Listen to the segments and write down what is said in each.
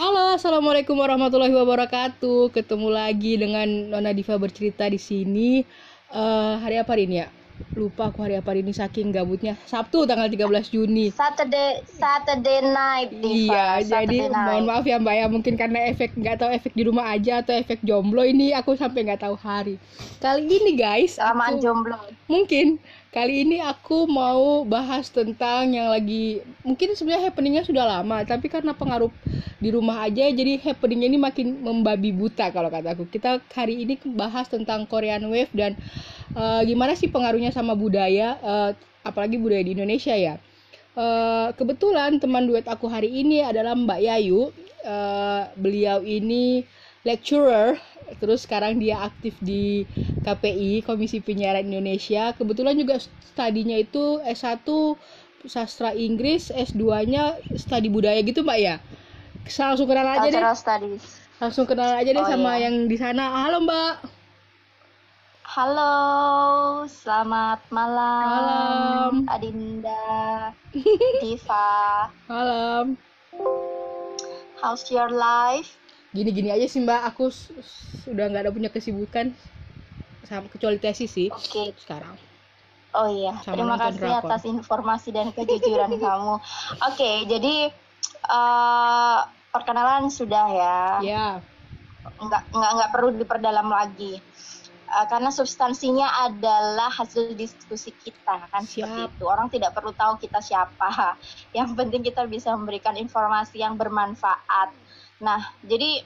Halo, assalamualaikum warahmatullahi wabarakatuh. Ketemu lagi dengan Nona Diva bercerita di sini. Hari apa hari ini ya? Lupa aku hari apa hari ini saking gabutnya. Sabtu tanggal 13 Juni. Saturday night, Diva. Iya, Saturday jadi night. mohon maaf ya Mbak ya, mungkin karena nggak tahu efek di rumah aja atau efek jomblo ini aku sampai nggak tahu hari. Kali ini guys, Kelamaan jomblo. mungkin kali ini aku mau bahas tentang yang lagi mungkin sebenarnya happeningnya sudah lama, tapi karena pengaruh di rumah aja jadi happeningnya ini makin membabi buta kalau kataku. Kita hari ini bahas tentang Korean Wave dan gimana sih pengaruhnya sama budaya, apalagi budaya di Indonesia ya. Kebetulan teman duet aku hari ini adalah Mbak Yayu. Beliau ini lecturer, terus sekarang dia aktif di KPI, Komisi Penyiaran Indonesia. Kebetulan juga studinya itu S1 sastra Inggris, S2-nya studi budaya gitu Mbak ya. Langsung kenalan aja deh. Cultural studies. Langsung kenalan aja deh sama iya. yang di sana. Halo Mbak. Halo, selamat malam. Malam. Adinda, Diva. Malam. How's your life? Gini-gini aja sih Mbak. Aku sudah nggak ada punya kesibukan sama kecuali tesis sih. Oke. Sekarang. Oh iya, Sama terima nonton kasih drakor. atas informasi dan kejujuran kamu. Oke, jadi perkenalan sudah ya. Ya. Nggak perlu diperdalam lagi. Karena substansinya adalah hasil diskusi kita kan. Seperti itu. Orang tidak perlu tahu kita siapa. Yang penting kita bisa memberikan informasi yang bermanfaat. Nah, jadi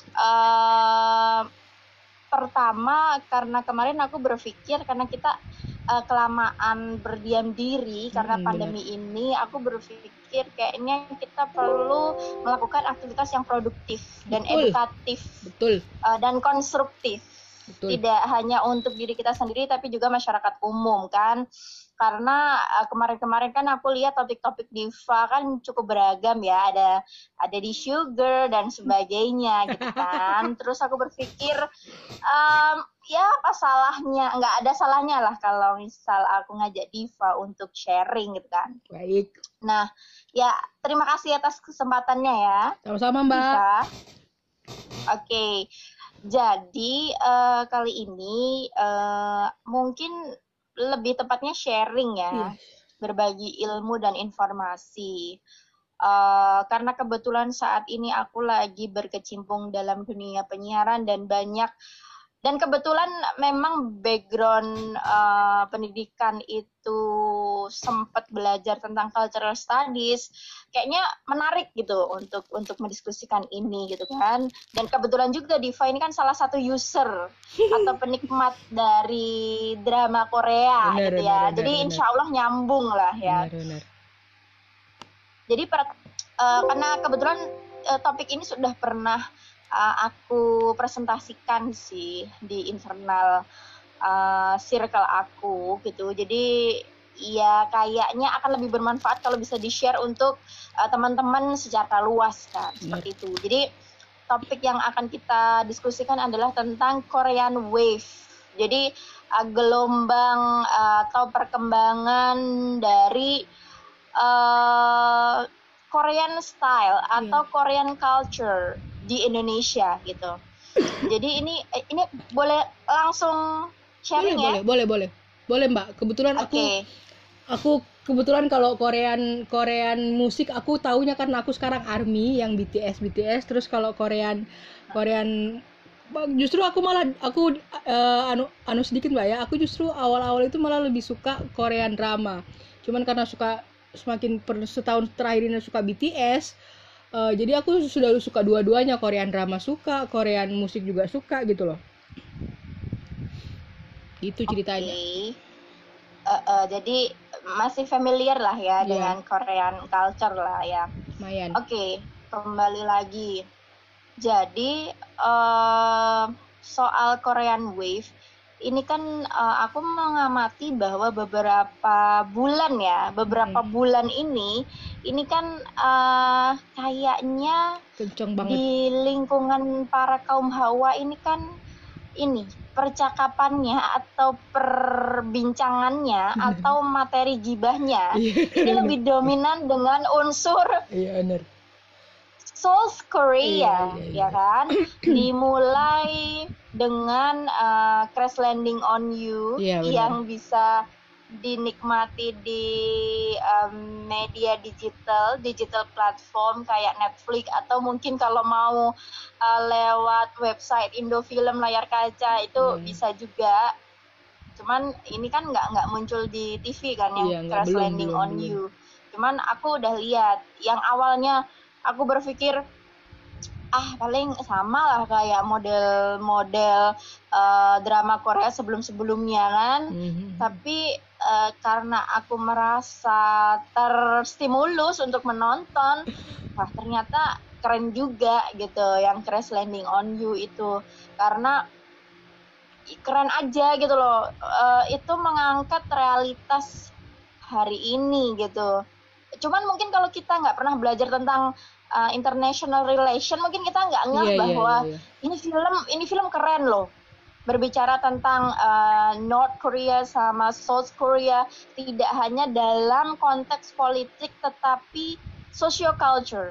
pertama karena kemarin aku berpikir karena kita kelamaan berdiam diri karena pandemi ini, aku berpikir kayaknya kita perlu melakukan aktivitas yang produktif dan edukatif. Betul. Dan konstruktif. Betul. Tidak hanya untuk diri kita sendiri tapi juga masyarakat umum kan. Karena kemarin-kemarin kan aku lihat topik-topik Diva kan cukup beragam ya, ada di sugar dan sebagainya gitu kan. Terus aku berpikir ya apa salahnya, nggak ada salahnya lah kalau misal aku ngajak Diva untuk sharing gitu kan. Baik. Nah ya terima kasih atas kesempatannya ya. Sama-sama Mbak. Diva. Oke. Jadi kali ini mungkin lebih tepatnya sharing ya, berbagi ilmu dan informasi. Karena kebetulan saat ini aku lagi berkecimpung dalam dunia penyiaran dan kebetulan memang background pendidikan itu sempat belajar tentang cultural studies, kayaknya menarik gitu untuk mendiskusikan ini gitu kan. Dan kebetulan juga Diva ini kan salah satu user atau penikmat dari drama Korea gitu ya. Jadi insya Allah nyambung lah ya. Benar. Jadi karena kebetulan topik ini sudah pernah aku presentasikan sih di internal circle aku gitu. Jadi ya kayaknya akan lebih bermanfaat kalau bisa di-share untuk teman-teman secara luas kan. Seperti itu. Jadi topik yang akan kita diskusikan adalah tentang Korean Wave. Jadi gelombang atau perkembangan dari Korean style atau Korean culture di Indonesia gitu. Jadi ini boleh langsung sharing ya? Boleh Mbak. Kebetulan aku kebetulan kalau Korean musik aku taunya karena aku sekarang ARMY yang BTS. Terus kalau Korean justru aku sedikit Mbak ya. Aku justru awal-awal itu malah lebih suka Korean drama. Cuman karena semakin setahun terakhir ini suka BTS. Jadi aku sudah suka dua-duanya, Korean drama suka, Korean musik juga suka gitu loh. Itu ceritanya. Jadi masih familiar lah ya dengan Korean culture lah ya. Lumayan. Oke, kembali lagi. Jadi soal Korean Wave ini kan aku mengamati bahwa beberapa bulan ini kan kayaknya kenceng banget di lingkungan para kaum hawa ini kan percakapannya atau perbincangannya atau materi gibahnya ini lebih dominan dengan unsur South Korea, Iya. ya kan? Dimulai dengan Crash Landing on You yang bisa dinikmati di media digital platform kayak Netflix, atau mungkin kalau mau lewat website Indofilm layar kaca itu bisa juga. Cuman ini kan nggak muncul di TV kan yang Crash Landing on You. Cuman aku udah lihat yang awalnya aku berpikir paling sama lah kayak model-model drama Korea sebelum-sebelumnya kan. Tapi karena aku merasa terstimulus untuk menonton, wah ternyata keren juga gitu yang Crash Landing on You itu, karena keren aja gitu loh. Itu mengangkat realitas hari ini gitu. Cuman mungkin kalau kita nggak pernah belajar tentang international relation, mungkin kita nggak ngeh bahwa ini film keren loh. Berbicara tentang North Korea sama South Korea tidak hanya dalam konteks politik tetapi socio-culture.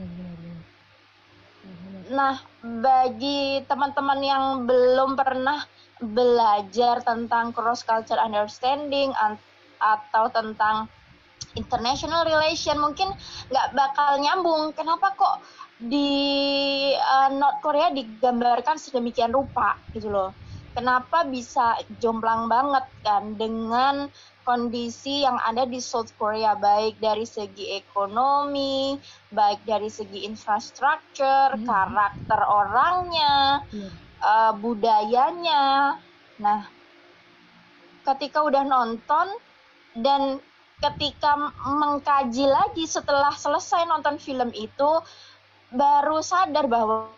Nah, bagi teman-teman yang belum pernah belajar tentang cross culture understanding atau tentang international relation, mungkin nggak bakal nyambung. Kenapa kok di North Korea digambarkan sedemikian rupa gitu loh? Kenapa bisa jomplang banget kan dengan kondisi yang ada di South Korea, baik dari segi ekonomi, baik dari segi infrastruktur, karakter orangnya, budayanya. Nah, ketika udah nonton dan ketika mengkaji lagi setelah selesai nonton film itu, baru sadar bahwa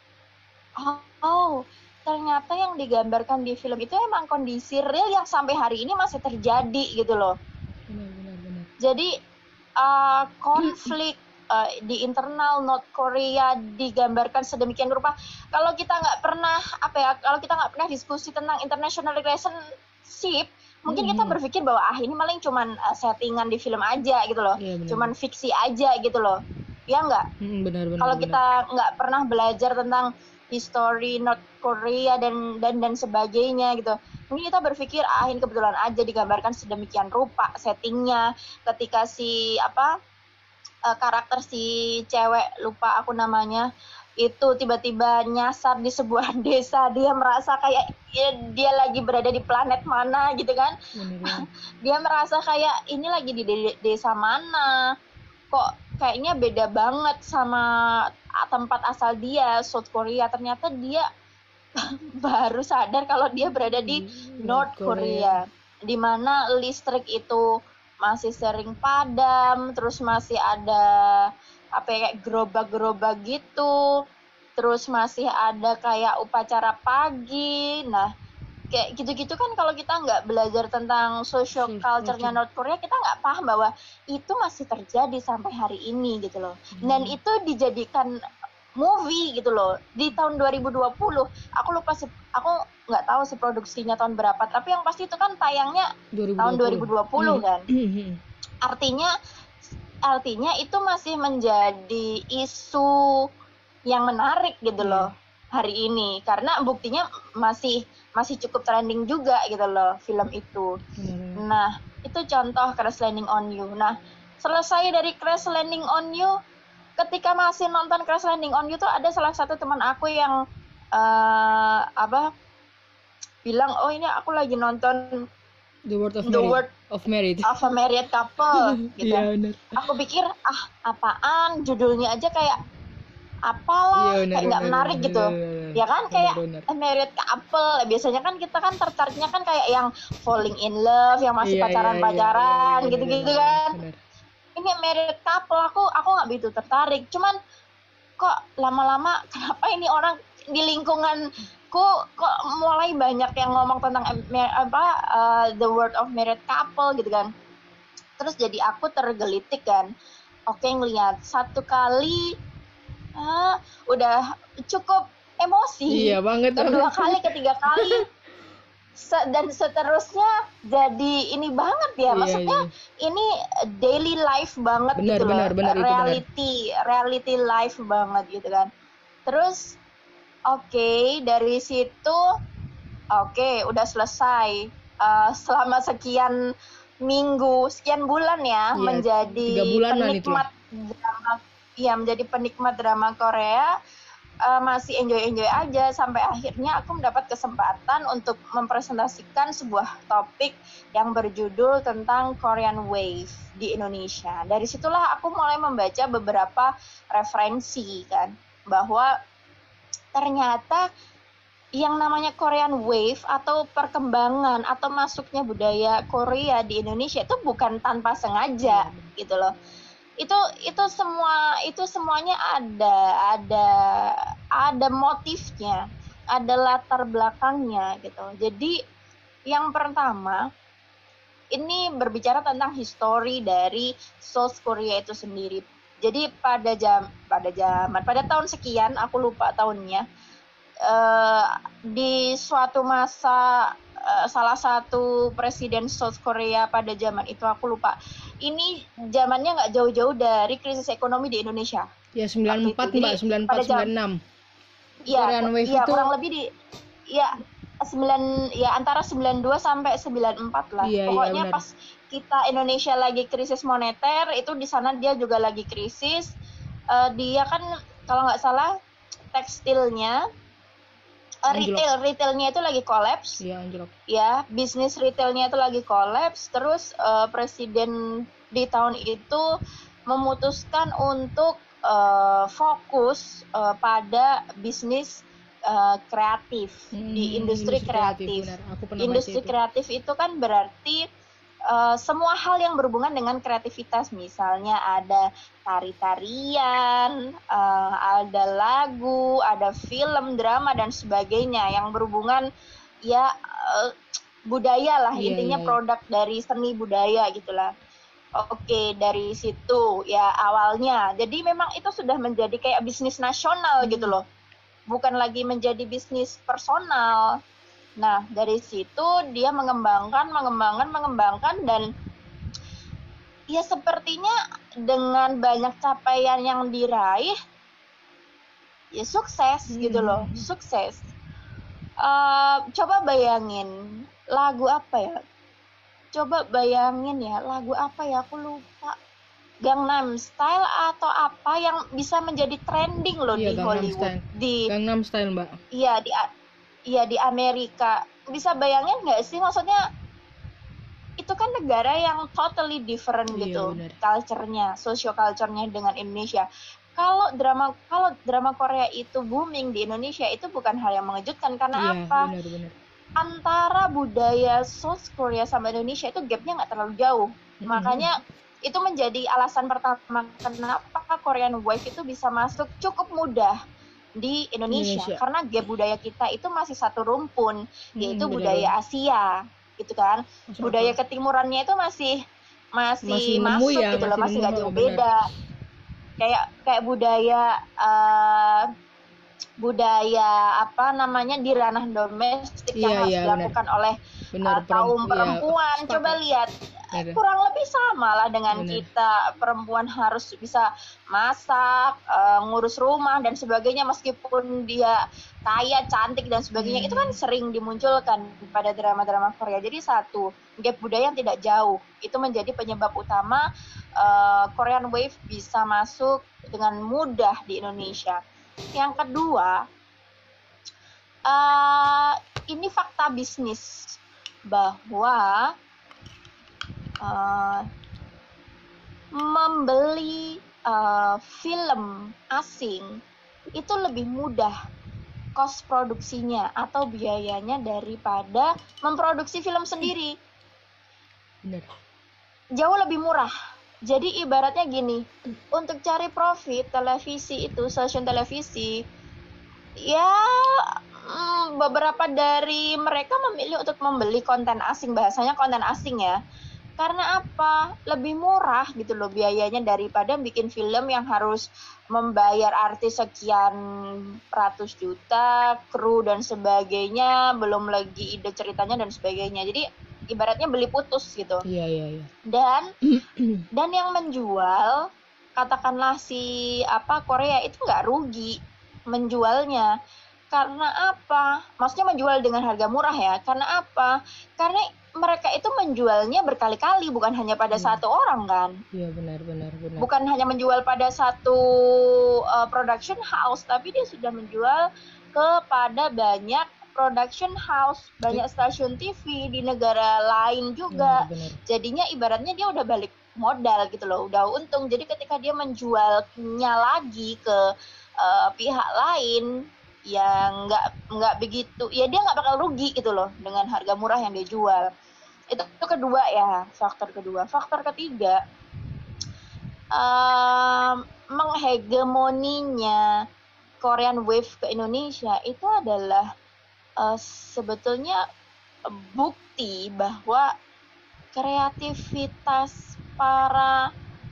ternyata yang digambarkan di film itu emang kondisi real yang sampai hari ini masih terjadi gitu loh. Benar. Jadi konflik di internal North Korea digambarkan sedemikian rupa. Kalau kita nggak pernah diskusi tentang international relationship, mungkin kita berpikir bahwa ini paling cuman settingan di film aja gitu loh, cuman fiksi aja gitu loh, ya nggak? Benar. Kalau kita nggak pernah belajar tentang history North Korea dan sebagainya gitu, mungkin kita berpikir ini kebetulan aja digambarkan sedemikian rupa settingnya. Ketika karakter si cewek, lupa aku namanya, itu tiba-tiba nyasar di sebuah desa, dia merasa kayak dia lagi berada di planet mana gitu kan. Dia merasa kayak ini lagi di desa mana, kok kayaknya beda banget sama tempat asal dia, South Korea. Ternyata dia baru sadar kalau dia berada di North Korea, di mana listrik itu masih sering padam, terus masih ada kayak gerobak-gerobak gitu, terus masih ada kayak upacara pagi. Nah, kayak gitu-gitu kan kalau kita nggak belajar tentang social culture-nya North Korea, kita nggak paham bahwa itu masih terjadi sampai hari ini gitu loh. Dan itu dijadikan movie gitu loh di tahun 2020. Aku nggak tahu sih produksinya tahun berapa, tapi yang pasti itu kan tayangnya 2020. Tahun 2020 kan. Artinya itu masih menjadi isu yang menarik gitu loh hari ini, karena buktinya masih cukup trending juga gitu loh film itu. Nah, itu contoh Crash Landing on You. Nah, selesai dari Crash Landing on You, ketika masih nonton Crash Landing on You tuh ada salah satu teman aku yang bilang, ini aku lagi nonton The World of Married Couple gitu. Bener. Aku pikir apaan, judulnya aja kayak apalah, kayak nggak menarik gitu. Ya kan, kayak married couple. Biasanya kan kita kan tertariknya kan kayak yang falling in love, yang masih pacaran-pacaran gitu-gitu kan. Bener. Ini married couple, aku nggak begitu tertarik. Cuman kok lama-lama kenapa ini orang di lingkunganku kok mulai banyak yang ngomong tentang the world of married couple gitu kan. Terus jadi aku tergelitik kan. Oke, ngeliat satu kali udah cukup emosi. Iya banget. Kedua kali, ketiga kali dan seterusnya jadi ini banget ya. Maksudnya ini daily life banget gitu loh. Reality life banget gitu kan. Terus dari situ udah selesai. Selama sekian minggu, sekian bulan ya, menjadi penikmat drama, menjadi penikmat drama Korea. Masih enjoy aja sampai akhirnya aku mendapat kesempatan untuk mempresentasikan sebuah topik yang berjudul tentang Korean Wave di Indonesia. Dari situlah aku mulai membaca beberapa referensi kan, bahwa ternyata yang namanya Korean Wave atau perkembangan atau masuknya budaya Korea di Indonesia itu bukan tanpa sengaja gitu loh. Itu semuanya ada motifnya, ada latar belakangnya gitu. Jadi yang pertama ini berbicara tentang histori dari South Korea itu sendiri. Jadi pada tahun sekian, aku lupa tahunnya, di suatu masa salah satu presiden South Korea pada zaman itu, aku lupa. Ini zamannya nggak jauh-jauh dari krisis ekonomi di Indonesia. Ya 94 Mbak, 94 96. Iya, kurang lebih antara 92 sampai 94 lah. Pokoknya pas kita Indonesia lagi krisis moneter, itu di sana dia juga lagi krisis. Dia kan kalau nggak salah tekstilnya retailnya itu lagi kolaps. Ya, bisnis retailnya itu lagi kolaps. Terus presiden di tahun itu memutuskan untuk fokus pada bisnis kreatif di industri kreatif. Industri kreatif itu kan berarti semua hal yang berhubungan dengan kreativitas, misalnya ada tari-tarian, ada lagu, ada film, drama dan sebagainya yang berhubungan budaya lah, intinya produk dari seni budaya gitulah. Dari situ ya awalnya. Jadi memang itu sudah menjadi kayak bisnis nasional gitu loh. Bukan lagi menjadi bisnis personal. Nah, dari situ dia mengembangkan dan ya sepertinya dengan banyak capaian yang diraih ya sukses gitu loh, sukses. Coba bayangin lagu apa ya? Lagu apa ya? Aku lupa. Gangnam Style atau apa yang bisa menjadi trending loh di Hollywood. Gangnam Style, Mbak. Iya di Amerika. Bisa bayangin nggak sih, maksudnya itu kan negara yang totally different gitu, culture-nya, socio-culture-nya dengan Indonesia. Kalau drama Korea itu booming di Indonesia itu bukan hal yang mengejutkan karena apa? Benar. Antara budaya South Korea sama Indonesia itu gapnya nggak terlalu jauh. Makanya itu menjadi alasan pertama kenapa Korean Wave itu bisa masuk cukup mudah di Indonesia. Karena gap budaya kita itu masih satu rumpun, yaitu budaya Asia, gitu kan. Budaya ketimurannya itu masih masuk gitu loh, masih nggak jauh beda. Kayak budaya apa namanya di ranah domestik yang harus dilakukan oleh kaum perempuan. Coba lihat, kurang lebih sama lah dengan kita, perempuan harus bisa masak, ngurus rumah dan sebagainya, meskipun dia kaya, cantik dan sebagainya. Itu kan sering dimunculkan pada drama-drama Korea. Jadi satu, gap budaya yang tidak jauh itu menjadi penyebab utama Korean Wave bisa masuk dengan mudah di Indonesia. Yang kedua, ini fakta bisnis bahwa membeli film asing itu lebih mudah kos produksinya atau biayanya daripada memproduksi film sendiri. Benar. Jauh lebih murah. Jadi ibaratnya gini, untuk cari profit televisi itu, stasiun televisi, ya beberapa dari mereka memilih untuk membeli konten asing, bahasanya konten asing ya. Karena apa? Lebih murah gitu loh biayanya daripada bikin film yang harus membayar artis sekian ratus juta, kru dan sebagainya, belum lagi ide ceritanya dan sebagainya. Jadi ibaratnya beli putus gitu. Iya. Dan yang menjual, katakanlah si Korea itu nggak rugi menjualnya. Karena apa? Maksudnya menjual dengan harga murah ya. Karena apa? Karena mereka itu menjualnya berkali-kali, bukan hanya pada satu orang kan. Iya, benar. Bukan hanya menjual pada satu production house, tapi dia sudah menjual kepada banyak production house, banyak stasiun TV di negara lain juga. Benar. Jadinya ibaratnya dia udah balik modal gitu loh, udah untung. Jadi ketika dia menjualnya lagi ke pihak lain, ya nggak begitu, ya dia nggak bakal rugi gitu loh dengan harga murah yang dia jual. Itu kedua ya, faktor kedua. Faktor ketiga, menghegemoninya Korean Wave ke Indonesia itu adalah sebetulnya bukti bahwa kreativitas para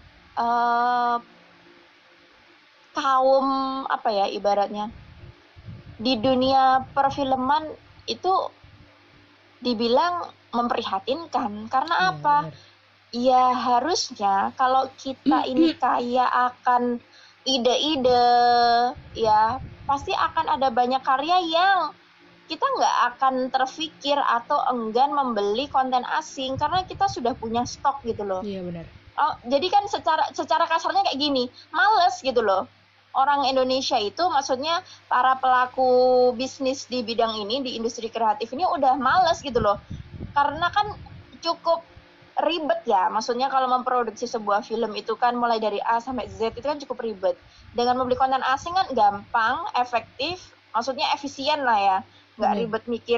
kaum ibaratnya di dunia perfilman itu dibilang memprihatinkan. Karena apa? Benar. Ya harusnya kalau kita ini kaya akan ide-ide, ya pasti akan ada banyak karya yang kita nggak akan terfikir atau enggan membeli konten asing karena kita sudah punya stok gitu loh. Iya, benar. Jadi kan secara kasarnya kayak gini, males gitu loh. Orang Indonesia itu, maksudnya para pelaku bisnis di bidang ini, di industri kreatif ini udah males gitu loh. Karena kan cukup ribet ya, maksudnya kalau memproduksi sebuah film itu kan mulai dari A sampai Z itu kan cukup ribet. Dengan membeli konten asing kan gampang, efektif, maksudnya efisien lah ya, nggak ribet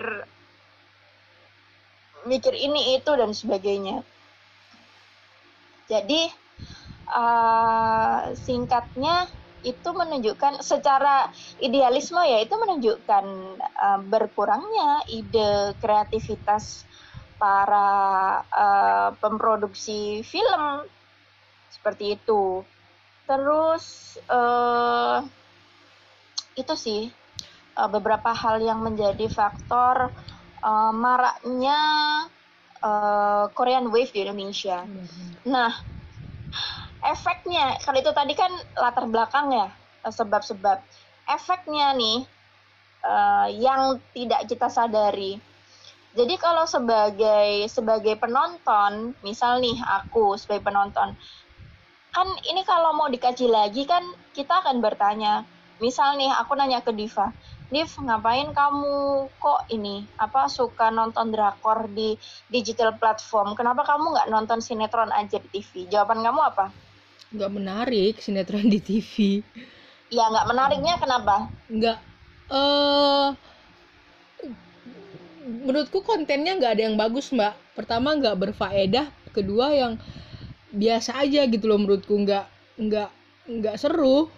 mikir ini itu dan sebagainya. Jadi singkatnya itu menunjukkan secara idealisme ya, itu menunjukkan berkurangnya ide kreativitas para pemproduksi film seperti itu. Terus itu sih beberapa hal yang menjadi faktor maraknya Korean Wave di Indonesia. Nah, efeknya, kalau itu tadi kan latar belakang ya, sebab-sebab. Efeknya nih yang tidak kita sadari. Jadi kalau sebagai penonton, misal nih aku sebagai penonton, kan ini kalau mau dikaji lagi kan kita akan bertanya. Misal nih aku nanya ke Diva, Div, ngapain kamu kok suka nonton drakor di digital platform? Kenapa kamu nggak nonton sinetron aja di TV? Jawaban kamu apa? Nggak menarik sinetron di TV. Ya, nggak menariknya kenapa? Nggak, menurutku kontennya nggak ada yang bagus, Mbak. Pertama nggak berfaedah, kedua yang biasa aja gitu loh menurutku, nggak seru.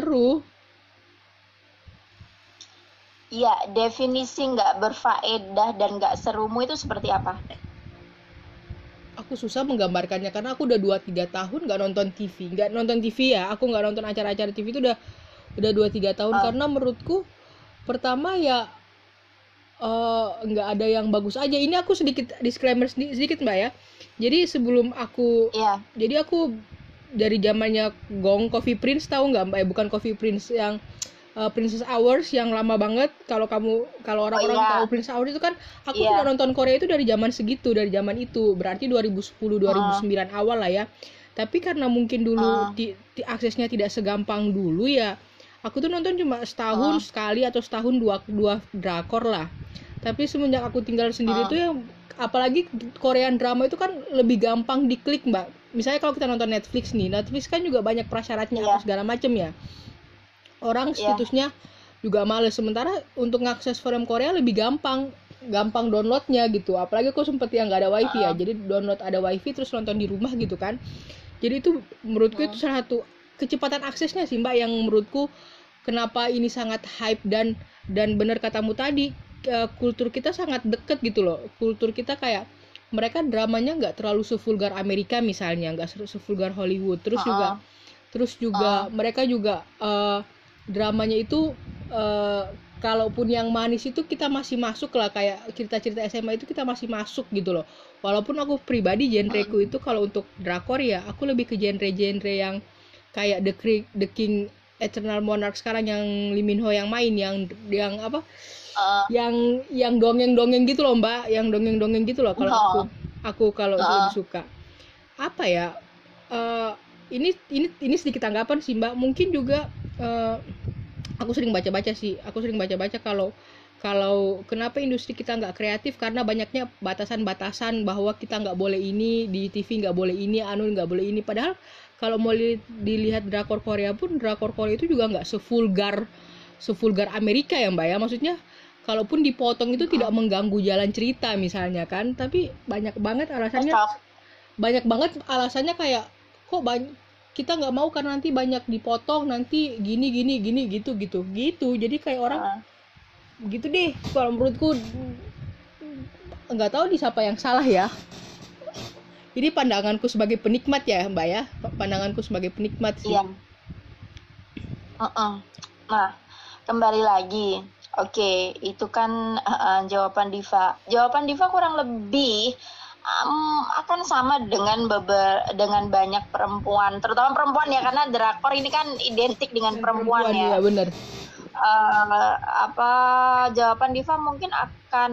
Iya, definisi nggak berfaedah dan nggak serumu itu seperti apa? Aku susah menggambarkannya karena aku udah 2-3 tahun nggak nonton TV ya. Aku nggak nonton acara-acara TV itu udah 2-3 tahun. Karena menurutku pertama ya nggak ada yang bagus aja. Ini aku sedikit disclaimer sedikit Mbak ya. Jadi sebelum aku jadi aku dari zamannya Gong Coffee Prince, tahu nggak Mbak? Bukan Coffee Prince, yang Princess Hours yang lama banget. Kalau orang-orang tahu Princess Hours itu kan, aku sudah nonton Korea itu dari zaman segitu, dari zaman itu. Berarti 2010-2009 awal lah ya. Tapi karena mungkin dulu aksesnya tidak segampang dulu ya, aku tuh nonton cuma setahun sekali atau setahun dua drakor lah. Tapi semenjak aku tinggal sendiri tuh ya, apalagi Korean drama itu kan lebih gampang diklik Mbak. Misalnya kalau kita nonton Netflix nih, Netflix kan juga banyak prasyaratnya apa segala macem ya. Orang situsnya juga males. Sementara untuk ngakses film Korea lebih gampang downloadnya gitu. Apalagi aku sempet yang nggak ada wifi ya, jadi download ada wifi terus nonton di rumah gitu kan. Jadi itu menurutku itu salah satu kecepatan aksesnya sih Mbak, yang menurutku kenapa ini sangat hype. Dan benar katamu tadi, kultur kita sangat deket gitu loh. Kultur kita kayak mereka dramanya nggak terlalu sevulgar Amerika misalnya, nggak sevulgar Hollywood. Terus juga mereka juga dramanya itu kalaupun yang manis itu kita masih masuk lah, kayak cerita-cerita SMA itu kita masih masuk gitu loh. Walaupun aku pribadi genreku itu kalau untuk drakor ya aku lebih ke genre-genre yang kayak The King, Eternal Monarch sekarang yang Lee Min Ho yang main, yang apa? Yang dongeng-dongeng gitu loh, Mbak, yang dongeng-dongeng gitu loh. Kalau aku kalau lebih suka apa ya? Ini sedikit tanggapan sih, Mbak. Mungkin juga aku sering baca-baca kalau kenapa industri kita nggak kreatif, karena banyaknya batasan-batasan bahwa kita nggak boleh ini di TV, nggak boleh ini, nggak boleh ini. Padahal kalau mau dilihat drakor Korea itu juga nggak sevulgar Amerika ya, Mbak ya. Maksudnya kalaupun dipotong itu tidak mengganggu jalan cerita misalnya kan, tapi banyak banget alasannya kayak kok kita nggak mau karena nanti banyak dipotong, nanti gini gitu. Jadi kayak orang gitu deh. Kalau menurutku nggak tahu di siapa yang salah ya. Ini pandanganku sebagai penikmat ya, Mbak ya. Pandanganku sebagai penikmat sih. Iya. Nah, kembali lagi. Oke, itu kan jawaban Diva. Jawaban Diva kurang lebih akan sama dengan banyak perempuan, terutama perempuan ya, karena drakor ini kan identik dengan perempuan ya. Iya benar. Jawaban Diva mungkin akan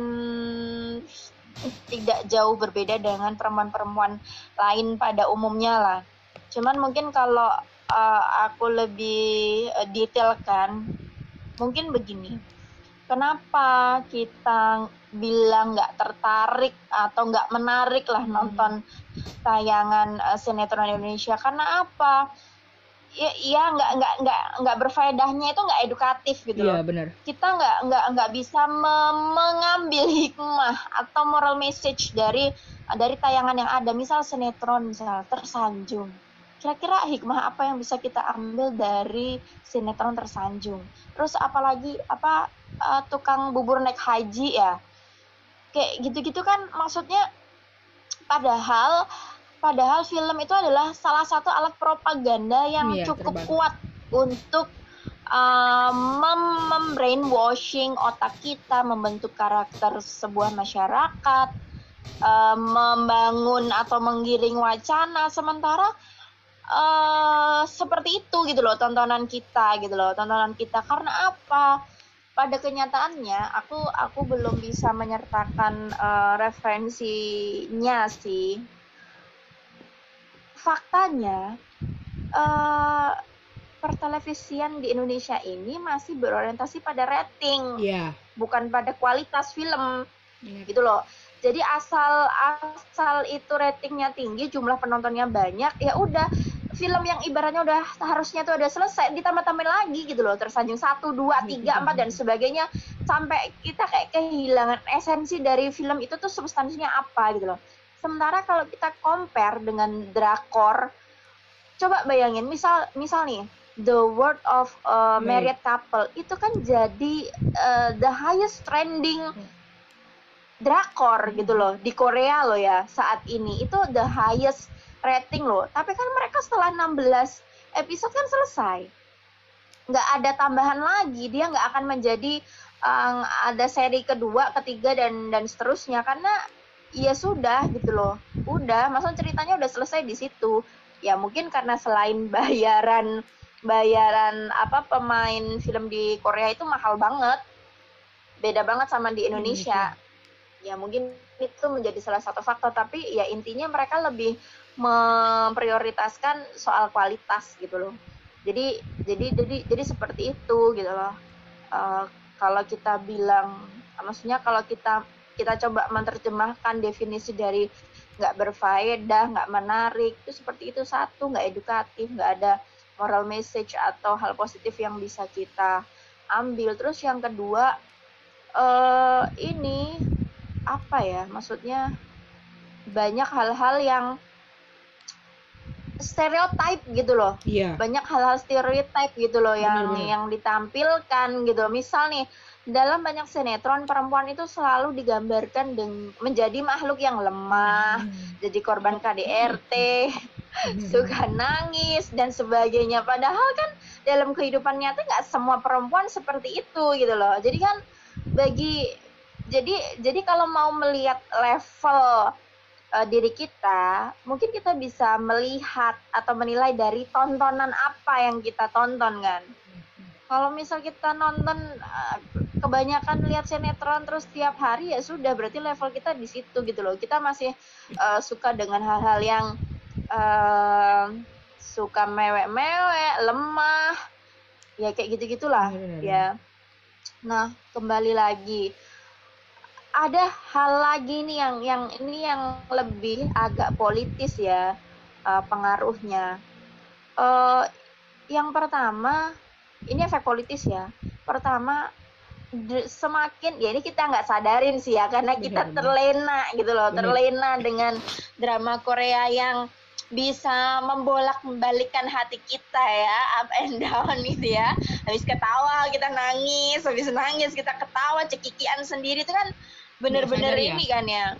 tidak jauh berbeda dengan perempuan-perempuan lain pada umumnya lah. Cuman mungkin kalau aku lebih detailkan, mungkin begini. Kenapa kita bilang nggak tertarik atau nggak menarik lah nonton tayangan sinetron Indonesia? Karena apa? Ya nggak berfaedahnya, itu nggak edukatif gitu loh. Iya benar. Kita nggak bisa mengambil hikmah atau moral message dari tayangan yang ada. Misal sinetron, misal Tersanjung. Kira-kira hikmah apa yang bisa kita ambil dari sinetron Tersanjung? Terus apalagi tukang bubur naik haji ya, kayak gitu-gitu kan. Maksudnya padahal film itu adalah salah satu alat propaganda yang cukup kuat untuk membrainwashing otak kita, membentuk karakter sebuah masyarakat, membangun atau menggiring wacana. Sementara seperti itu gitu loh tontonan kita. Karena apa? Pada kenyataannya aku belum bisa menyertakan referensinya sih. Faktanya pertelevisian di Indonesia ini masih berorientasi pada rating, bukan pada kualitas film, gitu loh. Jadi asal itu ratingnya tinggi, jumlah penontonnya banyak, ya udah, film yang ibaratnya udah harusnya tuh udah selesai, ditambah-tambahin lagi gitu loh, Tersanjung 1, 2, 3, 4 dan sebagainya, sampai kita kayak kehilangan esensi dari film itu tuh substansinya apa gitu loh. Sementara kalau kita compare dengan drakor, coba bayangin, misal nih The World of Married Couple itu kan jadi the highest trending drakor gitu loh di Korea loh ya saat ini, itu the highest rating loh. Tapi kan mereka setelah 16 episode kan selesai, nggak ada tambahan lagi, dia nggak akan menjadi ada seri kedua, ketiga dan seterusnya, karena ya sudah gitu loh, udah, maksudnya ceritanya udah selesai di situ. Ya mungkin karena selain bayaran pemain film di Korea itu mahal banget, beda banget sama di Indonesia. Ya mungkin itu menjadi salah satu faktor, tapi ya intinya mereka lebih memprioritaskan soal kualitas gitu loh. Jadi seperti itu gitu loh. Kalau kita bilang, maksudnya kalau kita coba menerjemahkan definisi dari nggak berfaedah, nggak menarik, itu seperti itu. Satu, nggak edukatif, nggak ada moral message atau hal positif yang bisa kita ambil. Terus yang kedua, ini apa ya, maksudnya banyak hal-hal yang stereotype gitu loh. Iya. Banyak hal-hal stereotype gitu loh Benar-benar. yang ditampilkan gitu. Misal nih, dalam banyak sinetron perempuan itu selalu digambarkan menjadi makhluk yang lemah, jadi korban KDRT, suka nangis dan sebagainya. Padahal kan dalam kehidupan nyata nggak semua perempuan seperti itu gitu loh. Jadi kan jadi kalau mau melihat level diri kita, mungkin kita bisa melihat atau menilai dari tontonan apa yang kita tonton kan. Kalau misal kita nonton kebanyakan lihat sinetron terus tiap hari, ya sudah, berarti level kita di situ gitu loh. Kita masih suka dengan hal-hal yang suka mewek-mewek, lemah, ya kayak gitu-gitulah ya. Nah, kembali lagi, ada hal lagi nih yang lebih agak politis ya pengaruhnya. Yang pertama, ini efek politis ya. Pertama, semakin, ya ini kita nggak sadarin sih ya, karena kita terlena gitu loh, terlena dengan drama Korea yang bisa membolak-balikkan hati kita ya, up and down gitu ya. Habis ketawa kita nangis, habis nangis kita ketawa, cekikian sendiri, itu kan bener-bener ini kan ya.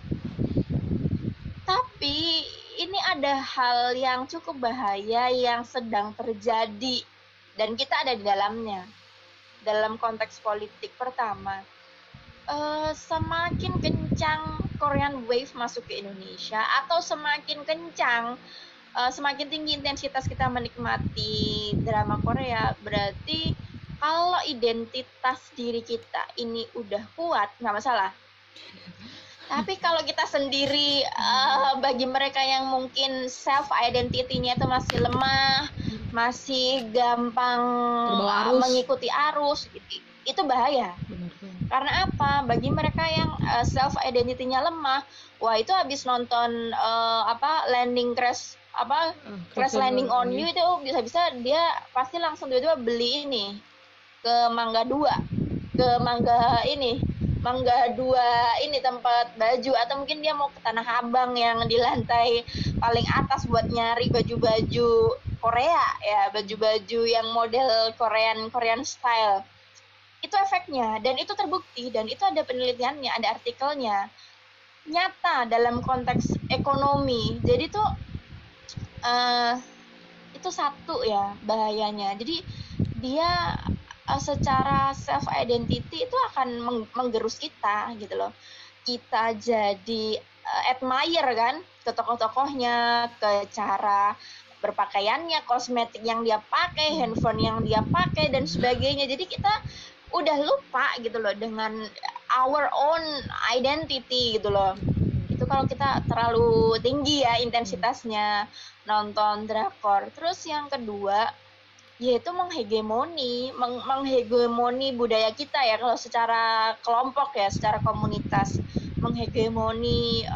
Tapi ini ada hal yang cukup bahaya yang sedang terjadi dan kita ada di dalamnya. Dalam konteks politik, pertama, semakin kencang Korean Wave masuk ke Indonesia, atau semakin kencang, semakin tinggi intensitas kita menikmati drama Korea, berarti kalau identitas diri kita ini udah kuat, nggak masalah. Tapi kalau kita sendiri, bagi mereka yang mungkin self identity-nya itu masih lemah, masih gampang mengikuti arus, itu bahaya. Karena apa? Bagi mereka yang self identity-nya lemah, wah itu habis nonton crash landing on you, itu bisa-bisa dia pasti langsung tiba-tiba beli ini ke Mangga 2, ke Mangga 2 ini tempat baju, atau mungkin dia mau ke Tanah Abang yang di lantai paling atas buat nyari baju-baju Korea ya, baju-baju yang model Korean style. Itu efeknya, dan itu terbukti, dan itu ada penelitiannya, ada artikelnya, nyata dalam konteks ekonomi. Jadi tuh itu satu ya bahayanya. Jadi dia secara self identity itu akan menggerus kita gitu loh. Kita jadi admire kan ke tokoh-tokohnya, ke cara berpakaiannya, kosmetik yang dia pakai, handphone yang dia pakai dan sebagainya. Jadi kita udah lupa gitu loh dengan our own identity gitu loh. Itu kalau kita terlalu tinggi ya intensitasnya nonton drakor. Terus yang kedua, yaitu menghegemoni budaya kita ya, kalau secara kelompok ya, secara komunitas, menghegemoni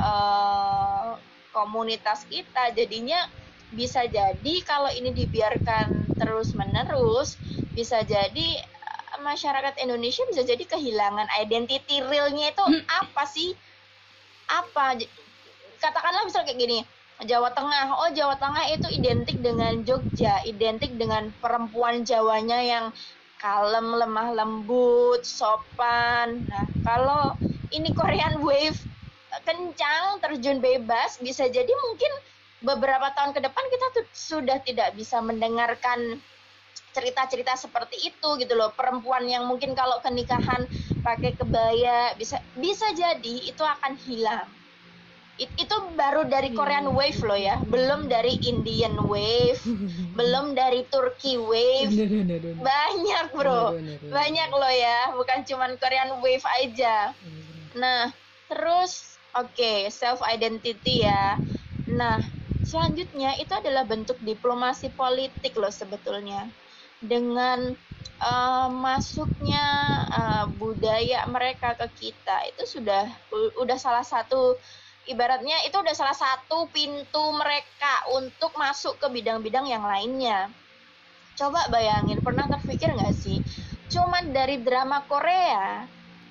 komunitas kita. Jadinya bisa jadi kalau ini dibiarkan terus-menerus, bisa jadi masyarakat Indonesia bisa jadi kehilangan identity realnya itu apa sih? Apa? Katakanlah misal kayak gini, Jawa Tengah. Oh, Jawa Tengah itu identik dengan Jogja, identik dengan perempuan Jawanya yang kalem, lemah lembut, sopan. Nah, kalau ini Korean Wave kencang, terjun bebas, bisa jadi mungkin beberapa tahun ke depan kita sudah tidak bisa mendengarkan cerita-cerita seperti itu gitu loh. Perempuan yang mungkin kalau ke nikahan pakai kebaya, bisa jadi itu akan hilang. Itu baru dari Korean Wave loh ya, belum dari Indian Wave, belum dari Turkey Wave. Banyak bro, banyak loh ya, bukan cuman Korean Wave aja. Nah, terus self identity ya. Nah, selanjutnya itu adalah bentuk diplomasi politik loh sebetulnya. Dengan masuknya budaya mereka ke kita, itu udah salah satu, ibaratnya itu udah salah satu pintu mereka untuk masuk ke bidang-bidang yang lainnya. Coba bayangin, pernah terpikir nggak sih, cuman dari drama Korea,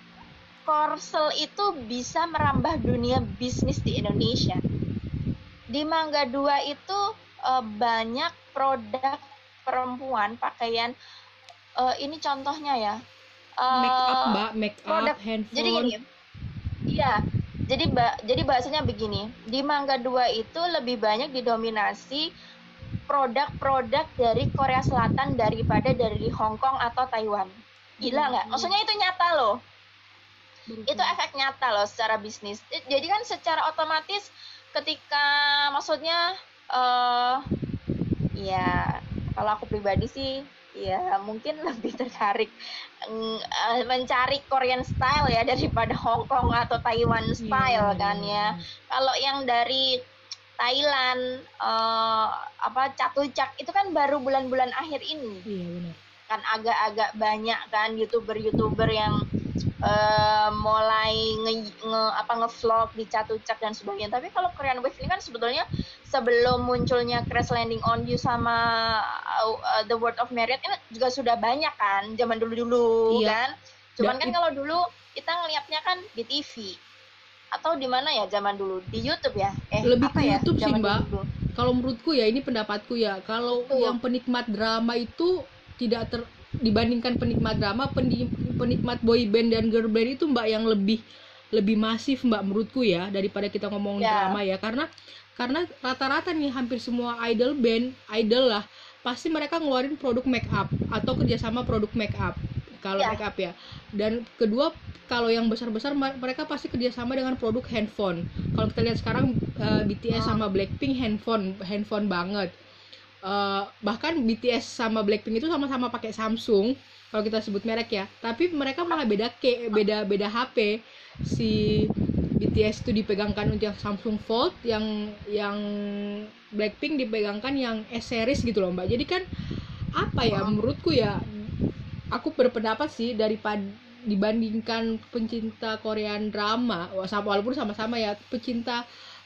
Korsel itu bisa merambah dunia bisnis di Indonesia. Di Mangga 2 itu banyak produk perempuan pakaian. Ini contohnya ya. Make up Mbak, make up, Produk. Jadi gini, handphone. iya. Jadi bahasanya begini, di Mangga 2 itu lebih banyak didominasi produk-produk dari Korea Selatan daripada dari Hong Kong atau Taiwan. Gila nggak? Maksudnya itu nyata loh. Itu efek nyata loh secara bisnis. Jadi kan secara otomatis ketika maksudnya ya kalau aku pribadi sih ya mungkin lebih tertarik mencari Korean style ya daripada Hong Kong atau Taiwan style kan ya. Kalau yang dari Thailand Catucak itu kan baru bulan-bulan akhir ini. Iya benar. Kan agak-agak banyak kan youtuber yang mulai nge-vlog di Catucak dan sebagainya. Tapi kalau Korean Wave ini kan sebetulnya sebelum munculnya Crash Landing on You sama The Word of Marriott ini juga sudah banyak kan zaman dulu-dulu kan. Cuman kan kalau dulu kita ngelihatnya kan di TV atau di mana ya zaman dulu, di YouTube ya. Lebih ke YouTube sih Mbak. Kalau menurutku ya, ini pendapatku ya, kalau yang penikmat drama itu tidak dibandingkan penikmat drama, penikmat boy band dan girl band itu Mbak yang lebih masif Mbak menurutku ya, daripada kita ngomong drama ya. Karena rata-rata nih hampir semua idol lah pasti mereka ngeluarin produk make up atau kerjasama produk make up kalau make up ya. Dan kedua, kalau yang besar-besar mereka pasti kerjasama dengan produk handphone. Kalau kita lihat sekarang BTS sama Blackpink handphone banget. Bahkan BTS sama Blackpink itu sama-sama pakai Samsung kalau kita sebut merek ya, tapi mereka malah beda HP. Si BTS itu dipegangkan untuk yang Samsung Fold, yang Blackpink dipegangkan yang S series gitu loh Mbak. Jadi kan apa ya, menurutku ya, aku berpendapat sih dibandingkan pencinta Korean drama, walaupun sama-sama ya, pecinta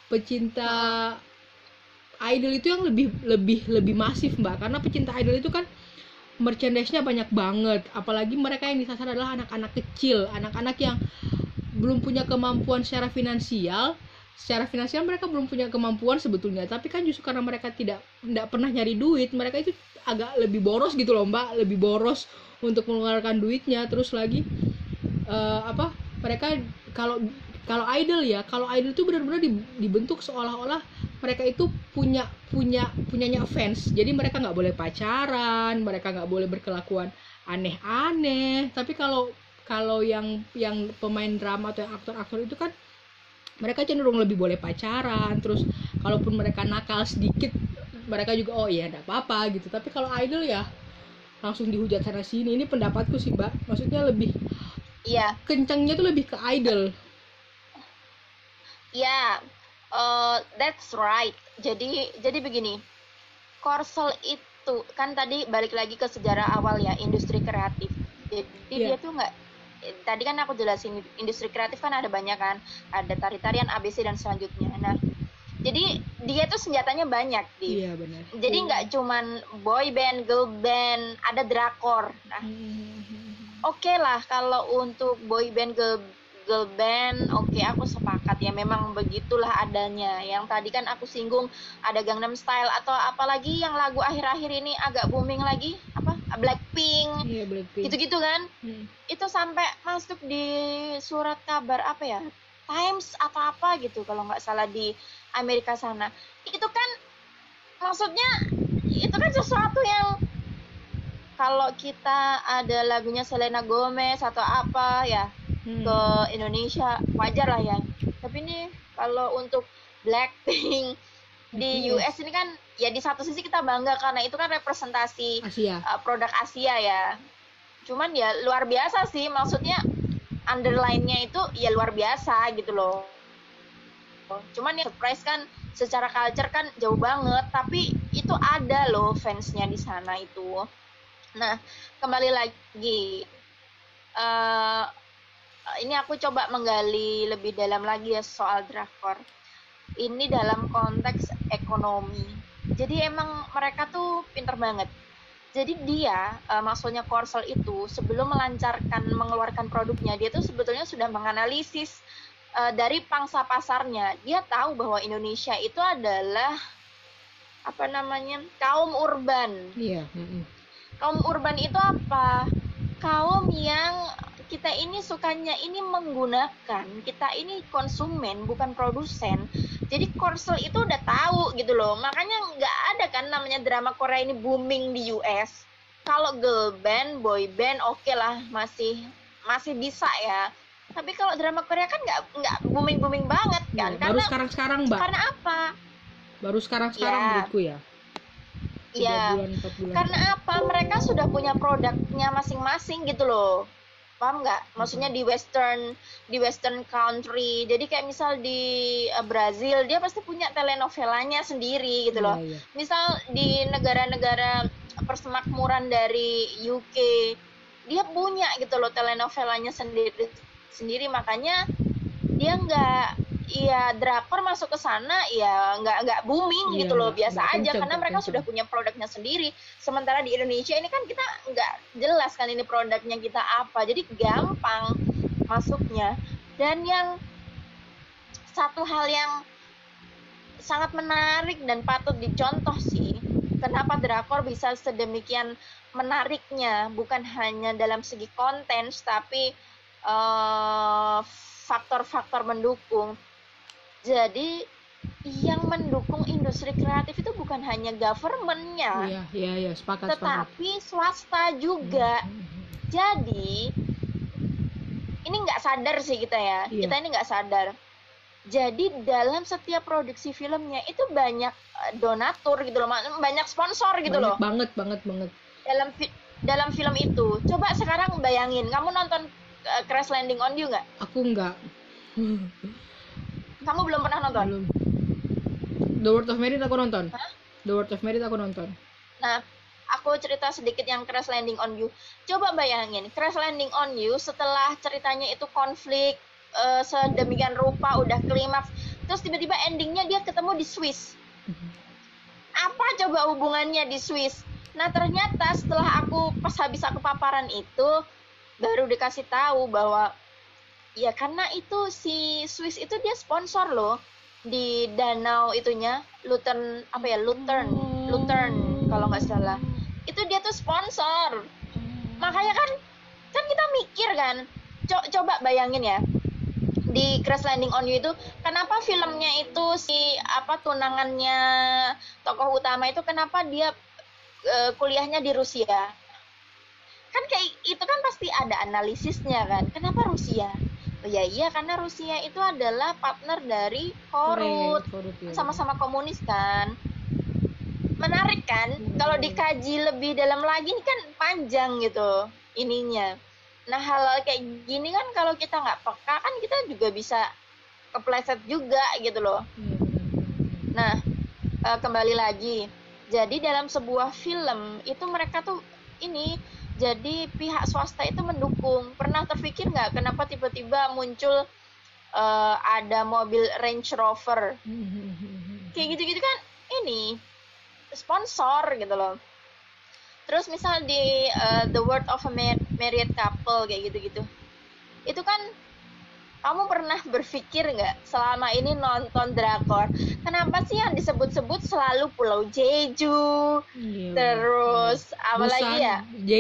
idol itu yang lebih masif Mbak, karena pecinta idol itu kan merchandise-nya banyak banget, apalagi mereka yang disasar adalah anak-anak kecil, anak-anak yang belum punya kemampuan secara finansial mereka belum punya kemampuan sebetulnya, tapi kan justru karena mereka tidak pernah nyari duit, mereka itu agak lebih boros gitu loh Mbak, lebih boros untuk mengeluarkan duitnya. Terus lagi mereka kalau idol itu benar-benar dibentuk seolah-olah mereka itu punyanya fans. Jadi mereka nggak boleh pacaran, mereka nggak boleh berkelakuan aneh-aneh. Tapi kalau yang pemain drama atau yang aktor-aktor itu kan mereka cenderung lebih boleh pacaran. Terus kalaupun mereka nakal sedikit, mereka juga oh iya enggak apa-apa gitu. Tapi kalau idol ya langsung dihujat sana sini. Ini pendapatku sih Mbak, maksudnya lebih kencangnya tuh lebih ke idol. That's right. Jadi begini, Korsel itu kan tadi balik lagi ke sejarah awal ya, industri kreatif. Jadi dia tuh nggak, tadi kan aku jelasin industri kreatif kan ada banyak kan, ada tari-tarian, ABC dan selanjutnya. Nah, jadi dia tuh senjatanya banyak Iya benar. Jadi nggak cuman boy band, girl band, ada drakor. Nah, oke lah kalau untuk boy band, girl band, oke, aku sepakat ya, memang begitulah adanya. Yang tadi kan aku singgung ada Gangnam Style atau apalagi yang lagu akhir-akhir ini agak booming lagi, Blackpink. Iya, Blackpink. Gitu-gitu kan. Itu sampai masuk di surat kabar apa ya, Times atau apa gitu kalau nggak salah di Amerika sana. Itu kan maksudnya itu kan sesuatu yang kalau kita ada lagunya Selena Gomez atau apa ya ke Indonesia wajar lah ya. Tapi ini kalau untuk Blackpink di US ini kan ya di satu sisi kita bangga karena itu kan representasi Asia. Produk Asia ya. Cuman ya luar biasa sih, maksudnya underline-nya itu ya luar biasa gitu loh. Cuman ya surprise kan secara culture kan jauh banget, tapi itu ada loh fansnya di sana itu. Nah, kembali lagi ini aku coba menggali lebih dalam lagi ya soal drakor. Ini dalam konteks ekonomi. Jadi emang mereka tuh pinter banget. Jadi dia, maksudnya Korsel itu sebelum mengeluarkan produknya, dia tuh sebetulnya sudah menganalisis dari pangsa pasarnya. Dia tahu bahwa Indonesia itu adalah apa namanya, kaum urban. Iya. Kaum urban itu apa? Kaum yang kita ini sukanya ini menggunakan, kita ini konsumen bukan produsen. Jadi Korsel itu udah tahu gitu loh. Makanya nggak ada kan namanya drama Korea ini booming di US. Kalau girl band, boy band oke lah, masih bisa ya. Tapi kalau drama Korea kan nggak booming banget kan? Baru sekarang Mbak. Karena apa? Baru sekarang menurutku ya. Iya. 3 bulan 4 bulan. Karena apa? Mereka sudah punya produknya masing-masing gitu loh. Paham nggak? Maksudnya di western country. Jadi kayak misal di Brazil dia pasti punya telenovelanya sendiri gitu loh. Iya. Misal di negara-negara persemakmuran dari UK dia punya gitu loh telenovelanya sendiri, makanya dia drakor masuk ke sana ya nggak booming gitu loh, biasa aja karena mereka sudah punya produknya sendiri. Sementara di Indonesia ini kan kita nggak jelas kan ini produknya kita apa, jadi gampang masuknya. Dan yang satu hal yang sangat menarik dan patut dicontoh sih, kenapa drakor bisa sedemikian menariknya, bukan hanya dalam segi konten tapi faktor-faktor mendukung. Jadi yang mendukung industri kreatif itu bukan hanya government-nya, iya, sepakat. Tetapi swasta juga. Jadi ini nggak sadar sih kita ya, kita ini nggak sadar. Jadi dalam setiap produksi filmnya itu banyak donatur gitu loh, banyak sponsor gitu loh. Banget. Dalam film itu, coba sekarang bayangin, kamu nonton Crash Landing on You nggak? Aku nggak. Kamu belum pernah nonton? Belum. The World of Merit aku nonton. Hah? The World of Merit aku nonton. Nah, aku cerita sedikit yang Crash Landing on You. Coba bayangin, Crash Landing on You setelah ceritanya itu konflik sedemikian rupa, udah klimaks, terus tiba-tiba endingnya dia ketemu di Swiss. Apa coba hubungannya di Swiss? Nah, ternyata setelah pas habis aku paparan itu, baru dikasih tahu bahwa ya karena itu si Swiss itu dia sponsor loh di danau itunya, Lutheran kalau nggak salah. Itu dia tuh sponsor. Makanya kan kita mikir kan, coba bayangin ya, di Crash Landing on You itu kenapa filmnya itu tunangannya tokoh utama itu kenapa dia kuliahnya di Rusia? Kan kayak itu kan pasti ada analisisnya kan. Kenapa Rusia? Oh ya iya, karena Rusia itu adalah partner dari Korut ya. Sama-sama komunis kan. Menarik kan? Kalau dikaji lebih dalam lagi ini kan panjang gitu ininya. Nah, hal kayak gini kan kalau kita nggak peka kan kita juga bisa kepleset juga gitu loh. Nah, kembali lagi. Jadi dalam sebuah film itu mereka tuh jadi pihak swasta itu mendukung. Pernah terpikir nggak kenapa tiba-tiba muncul ada mobil Range Rover? Kayak gitu-gitu kan sponsor gitu loh. Terus misal di The World of a Married Couple kayak gitu-gitu. Itu kan kamu pernah berpikir nggak selama ini nonton drakor, kenapa sih yang disebut-sebut selalu Pulau Jeju, terus apa lagi ya?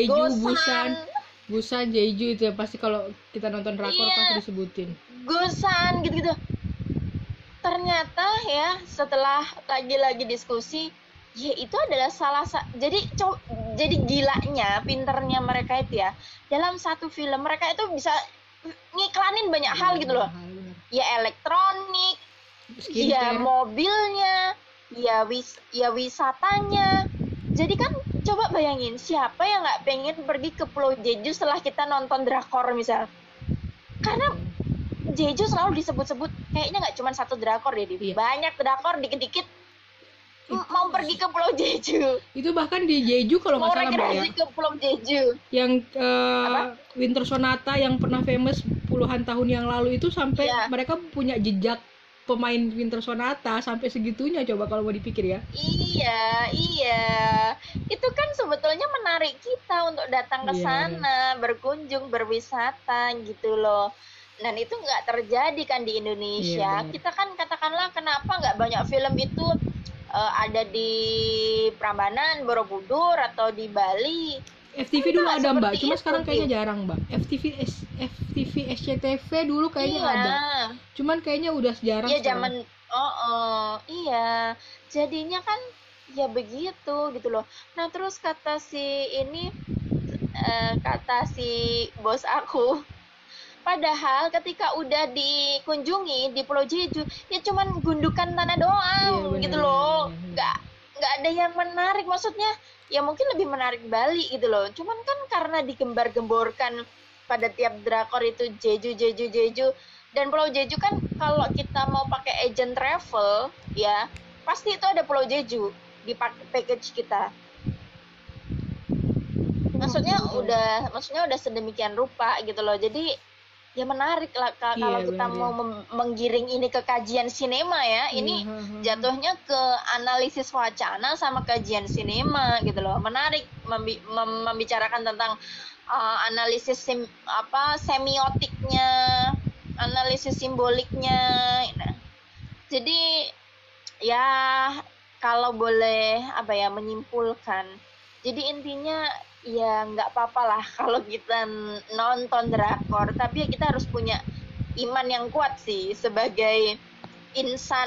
Busan, Jeju itu ya pasti kalau kita nonton drakor pasti disebutin. Busan gitu-gitu. Ternyata ya setelah lagi-lagi diskusi, ya itu adalah jadi gilanya, pinternya mereka itu ya. Dalam satu film mereka itu bisa ngiklanin banyak hal gitu loh. Ya elektronik, ya mobilnya, ya wisatanya. Jadi kan coba bayangin, siapa yang nggak pengen pergi ke Pulau Jeju setelah kita nonton drakor misal? Karena Jeju selalu disebut-sebut, kayaknya nggak cuma satu drakor deh, banyak drakor dikit-dikit mau pergi ke Pulau Jeju. Itu bahkan di Jeju kalau nggak salah Mbak ya. Ke Pulau Jeju. Yang Winter Sonata yang pernah famous puluhan tahun yang lalu itu sampai mereka punya jejak pemain Winter Sonata sampai segitunya, coba kalau mau dipikir ya. Iya. Itu kan sebetulnya menarik kita untuk datang ke sana, berkunjung, berwisata gitu loh. Dan itu nggak terjadi kan di Indonesia. Kita kan katakanlah kenapa nggak banyak film itu ada di Prambanan, Borobudur atau di Bali. FTV dulu ada Mbak, cuma sekarang kayaknya gitu. jarang Mbak. FTV SCTV dulu kayaknya ada, cuman kayaknya udah jarang Iya sekarang. Iya, jadinya kan ya begitu gitu loh. Nah terus kata si bos aku, padahal ketika udah dikunjungi di Pulau Jeju, ya cuman gundukan tanah doang Iya, benar, gitu benar, loh. benar. Nggak ada yang menarik, maksudnya ya mungkin lebih menarik Bali gitu loh. Cuman kan karena digembar-gemborkan pada tiap drakor itu Jeju, Jeju, Jeju. Dan Pulau Jeju kan kalau kita mau pakai agent travel ya, pasti itu ada Pulau Jeju di package kita. Maksudnya udah sedemikian rupa gitu loh. Jadi ya menarik lah kalau Iya, kita benar, mau ya. menggiring ini ke kajian sinema ya. Ini jatuhnya ke analisis wacana sama kajian sinema gitu loh. Menarik membicarakan tentang analisis semiotiknya, analisis simboliknya. Nah, jadi ya kalau boleh menyimpulkan, jadi intinya ya nggak apa-apa lah kalau kita nonton drakor, tapi ya kita harus punya iman yang kuat sih sebagai insan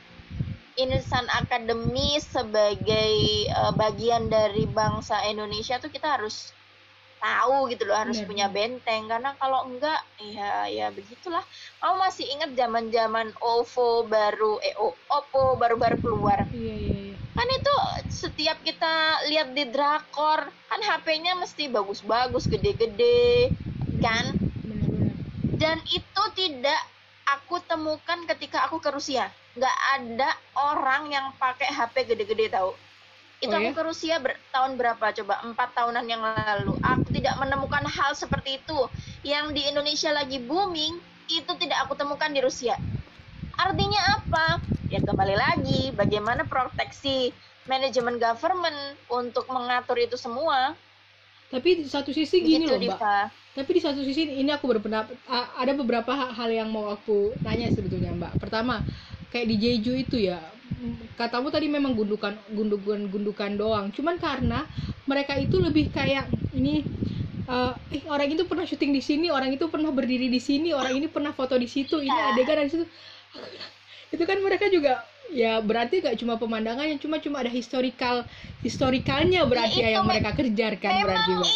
akademis, sebagai bagian dari bangsa Indonesia tuh kita harus tahu gitu loh, harus punya benteng, karena kalau enggak ya begitulah. Kamu masih ingat zaman-zaman Oppo baru keluar? Iya. Kan itu setiap kita lihat di drakor kan HP-nya mesti bagus-bagus, gede-gede kan. Benar. Dan itu tidak aku temukan ketika aku ke Rusia. Nggak ada orang yang pakai HP gede-gede tahu. Itu aku ke Rusia tahun berapa coba? 4 tahunan yang lalu. Aku tidak menemukan hal seperti itu. Yang di Indonesia lagi booming, itu tidak aku temukan di Rusia. Artinya apa? Ya kembali lagi, bagaimana proteksi manajemen government untuk mengatur itu semua. Tapi di satu sisi gini gitu, loh Mbak. Diva. Tapi di satu sisi ini aku berpendapat, ada beberapa hal yang mau aku tanya sebetulnya Mbak. Pertama, kayak di Jeju itu ya, katamu tadi memang gundukan doang. Cuman karena mereka itu lebih kayak ini, orang itu pernah syuting di sini, orang itu pernah berdiri di sini, orang ini pernah foto di situ, ini adegan di situ. Itu kan mereka juga ya berarti gak cuma pemandangannya, cuma ada historikalnya berarti ya, yang mereka kerjakan berarti Mbak.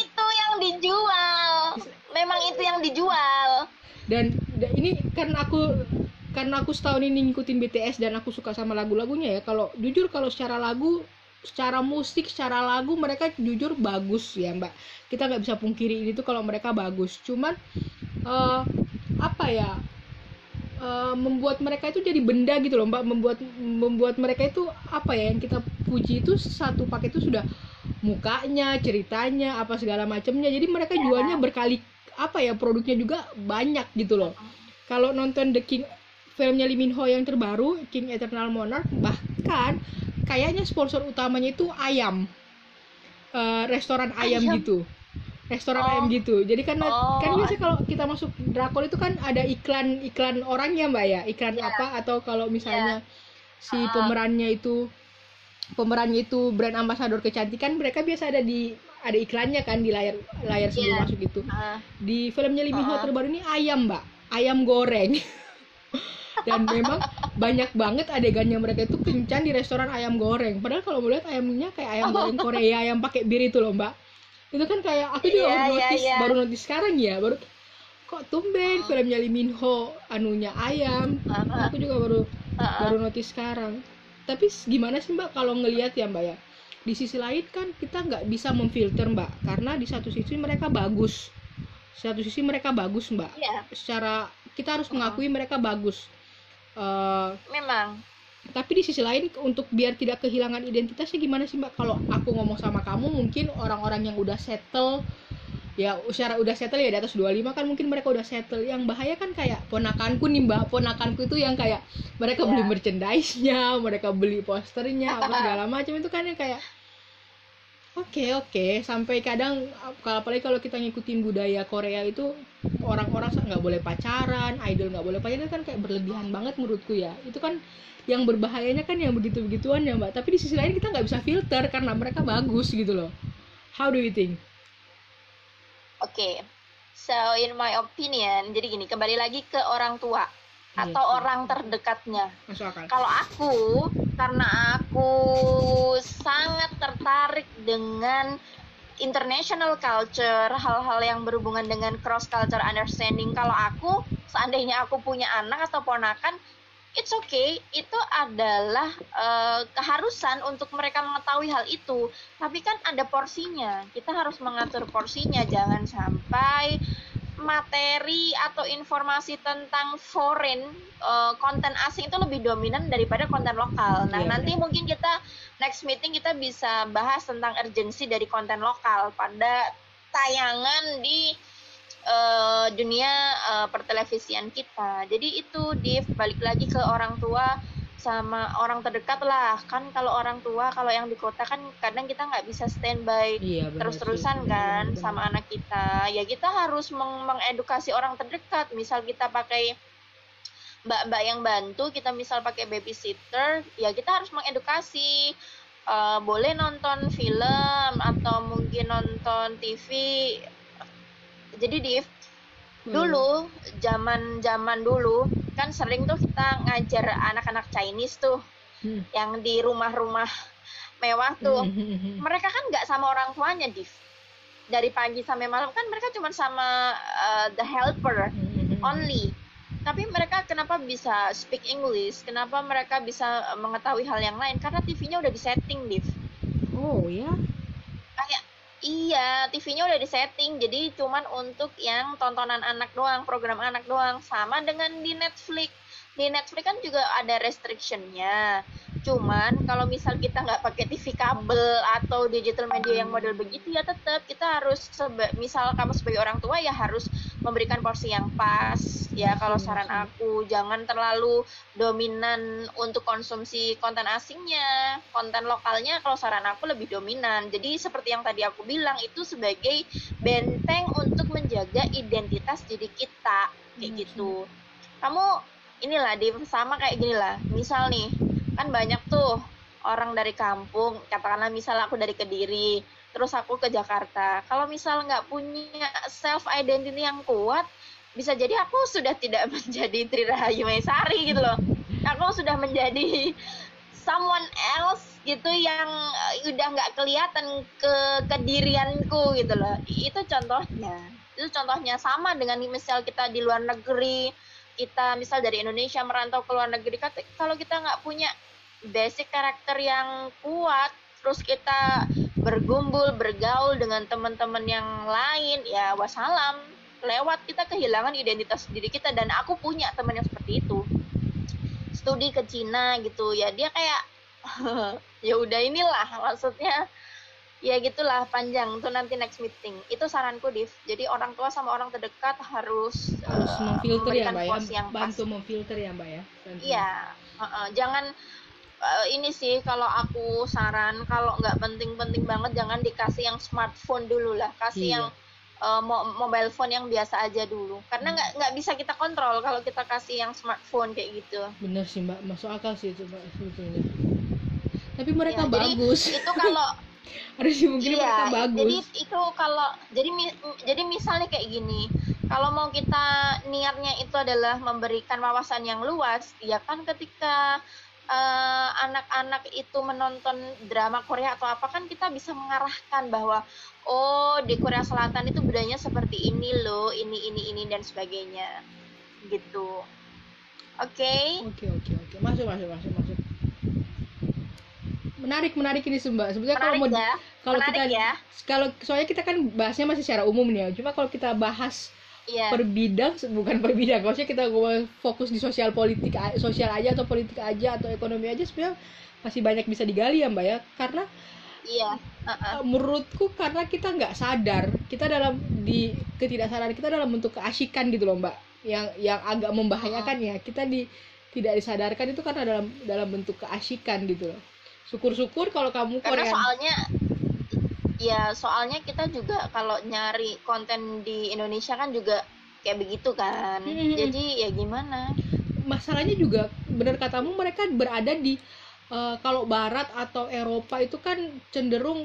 Memang itu yang dijual. Dan ini karena aku setahun ini ngikutin BTS dan aku suka sama lagu-lagunya ya. Kalau jujur, kalau secara lagu, secara musik, secara lagu mereka jujur bagus ya Mbak. Kita nggak bisa pungkiri ini tuh kalau mereka bagus. Cuman membuat mereka itu jadi benda gitu loh Mbak. Membuat mereka itu apa ya, yang kita puji itu satu paket itu sudah mukanya, ceritanya, apa segala macamnya. Jadi mereka jualnya berkali produknya juga banyak gitu loh. Kalau nonton The King, filmnya Lee Min Ho yang terbaru, King Eternal Monarch, bahkan kayaknya sponsor utamanya itu ayam, restoran ayam gitu, ayam gitu. Jadi kan biasa kalau kita masuk drakor itu kan ada iklan orangnya Mbak ya, iklan apa, atau kalau misalnya si pemerannya itu brand ambassador kecantikan, mereka biasa ada iklannya kan di layar sebelum masuk itu. Di filmnya Lee Min Ho terbaru ini ayam Mbak, ayam goreng. Dan memang banyak banget adegannya mereka itu kencan di restoran ayam goreng. Padahal kalau melihat ayamnya kayak ayam goreng Korea yang pakai bir itu loh Mbak. Itu kan kayak aku juga baru notice sekarang ya, baru kok tumben filmnya Lee Min Ho anunya ayam. Aku juga baru notice sekarang. Tapi gimana sih Mbak kalau ngelihat ya Mbak ya, di sisi lain kan kita nggak bisa memfilter Mbak, karena di satu sisi mereka bagus, Mbak. Secara kita harus mengakui mereka bagus. Memang. Tapi di sisi lain, untuk biar tidak kehilangan identitasnya gimana sih Mbak? Kalau aku ngomong sama kamu, mungkin orang-orang yang udah settle ya, secara udah settle ya, di atas 25 kan mungkin mereka udah settle. Yang bahaya kan kayak ponakanku nih Mbak, ponakanku itu yang kayak mereka beli merchandise-nya, mereka beli posternya, apa segala macam, itu kan yang kayak Oke. Sampai kadang apalagi kalau kita ngikutin budaya Korea itu orang-orang nggak boleh pacaran, idol nggak boleh pacaran, itu kan kayak berlebihan banget menurutku ya. Itu kan yang berbahayanya kan yang begitu-begituan ya Mbak. Tapi di sisi lain kita nggak bisa filter karena mereka bagus gitu loh. How do you think? Oke. So in my opinion, jadi gini, kembali lagi ke orang tua atau orang terdekatnya. Masuk akal. Kalau aku, karena aku sangat tertarik dengan international culture, hal-hal yang berhubungan dengan cross culture understanding. Kalau aku, seandainya aku punya anak atau ponakan, it's okay, itu adalah keharusan untuk mereka mengetahui hal itu. Tapi kan ada porsinya, kita harus mengatur porsinya, jangan sampai materi atau informasi tentang foreign, konten asing itu lebih dominan daripada konten lokal. Nah, nanti mungkin kita next meeting kita bisa bahas tentang urgensi dari konten lokal pada tayangan di dunia pertelevisian kita. Jadi itu balik lagi ke orang tua sama orang terdekat lah. Kan kalau orang tua, kalau yang di kota kan kadang kita nggak bisa standby terus-terusan kan sama anak kita. Ya kita harus mengedukasi orang terdekat. Misal kita pakai mbak-mbak yang bantu, kita misal pakai babysitter, ya kita harus mengedukasi. Boleh nonton film atau mungkin nonton TV. Jadi dulu zaman dulu kan sering tuh kita ngajar anak-anak Chinese tuh yang di rumah-rumah mewah tuh. Mereka kan nggak sama orang tuanya, dari pagi sampai malam kan mereka cuma sama the helper only. Tapi mereka kenapa bisa speak English, kenapa mereka bisa mengetahui hal yang lain, karena TV-nya udah disetting, Oh ya. Iya, TV-nya udah disetting, jadi cuman untuk yang tontonan anak doang, program anak doang. Sama dengan di Netflix. Di Netflix kan juga ada restriction-nya. Cuman kalau misal kita nggak pakai TV kabel atau digital media yang model begitu, ya tetap kita harus, misal kamu sebagai orang tua ya harus memberikan porsi yang pas. Ya kalau saran aku, jangan terlalu dominan untuk konsumsi konten asingnya. Konten lokalnya kalau saran aku lebih dominan. Jadi seperti yang tadi aku bilang, itu sebagai benteng untuk menjaga identitas diri kita. Kayak gitu. Kamu inilah, sama kayak gini lah. Misal nih, kan banyak tuh orang dari kampung, katakanlah misal aku dari Kediri, terus aku ke Jakarta. Kalau misal nggak punya self identity yang kuat, bisa jadi aku sudah tidak menjadi Tri Rahayu Maesari gitu loh. Aku sudah menjadi someone else gitu yang udah nggak kelihatan kedirianku gitu loh. Itu contohnya sama dengan misal kita di luar negeri, kita misal dari Indonesia merantau ke luar negeri, kalau kita nggak punya basic karakter yang kuat, terus kita bergaul dengan teman-teman yang lain, ya wassalam, lewat kita kehilangan identitas diri kita. Dan aku punya teman yang seperti itu, studi ke Cina gitu ya, dia kayak ya udah inilah, maksudnya ya gitulah, panjang tuh nanti next meeting. Itu saranku, Jadi orang tua sama orang terdekat harus memfilter ya Mbak ya, bantu memfilter ya Mbak ya. Iya, jangan ini sih kalau aku saran, kalau nggak penting-penting banget jangan dikasih yang smartphone dulu lah, kasih yang mobile phone yang biasa aja dulu, karena nggak bisa kita kontrol kalau kita kasih yang smartphone kayak gitu. Bener sih Mbak, masuk akal sih itu Mbak sebetulnya. Tapi mereka bagus. Jadi itu kalau harus mungkin mereka bagus. Jadi itu kalau jadi misalnya kayak gini, kalau mau kita niatnya itu adalah memberikan wawasan yang luas, ya kan ketika anak-anak itu menonton drama Korea atau apa, kan kita bisa mengarahkan bahwa oh di Korea Selatan itu budayanya seperti ini loh, ini dan sebagainya gitu. Oke. Masuk. Menarik ini Mbak. Sebenarnya kalau soalnya kita kan bahasnya masih secara umum nih ya. Cuma kalau kita bahas per bidang, bukan per bidang, maksudnya kita fokus di sosial aja atau politik aja atau ekonomi aja, sebenarnya masih banyak bisa digali ya Mbak ya. Karena menurutku karena kita nggak sadar, kita di ketidaksadaran kita dalam bentuk keasikan gitu loh Mbak, yang agak membahayakan ya. Kita tidak disadarkan itu karena dalam bentuk keasikan gitu loh. Syukur-syukur kalau kamu karena soalnya Ya, soalnya kita juga kalau nyari konten di Indonesia kan juga kayak begitu kan. Jadi ya gimana? Masalahnya juga benar katamu, mereka berada di kalau Barat atau Eropa itu kan cenderung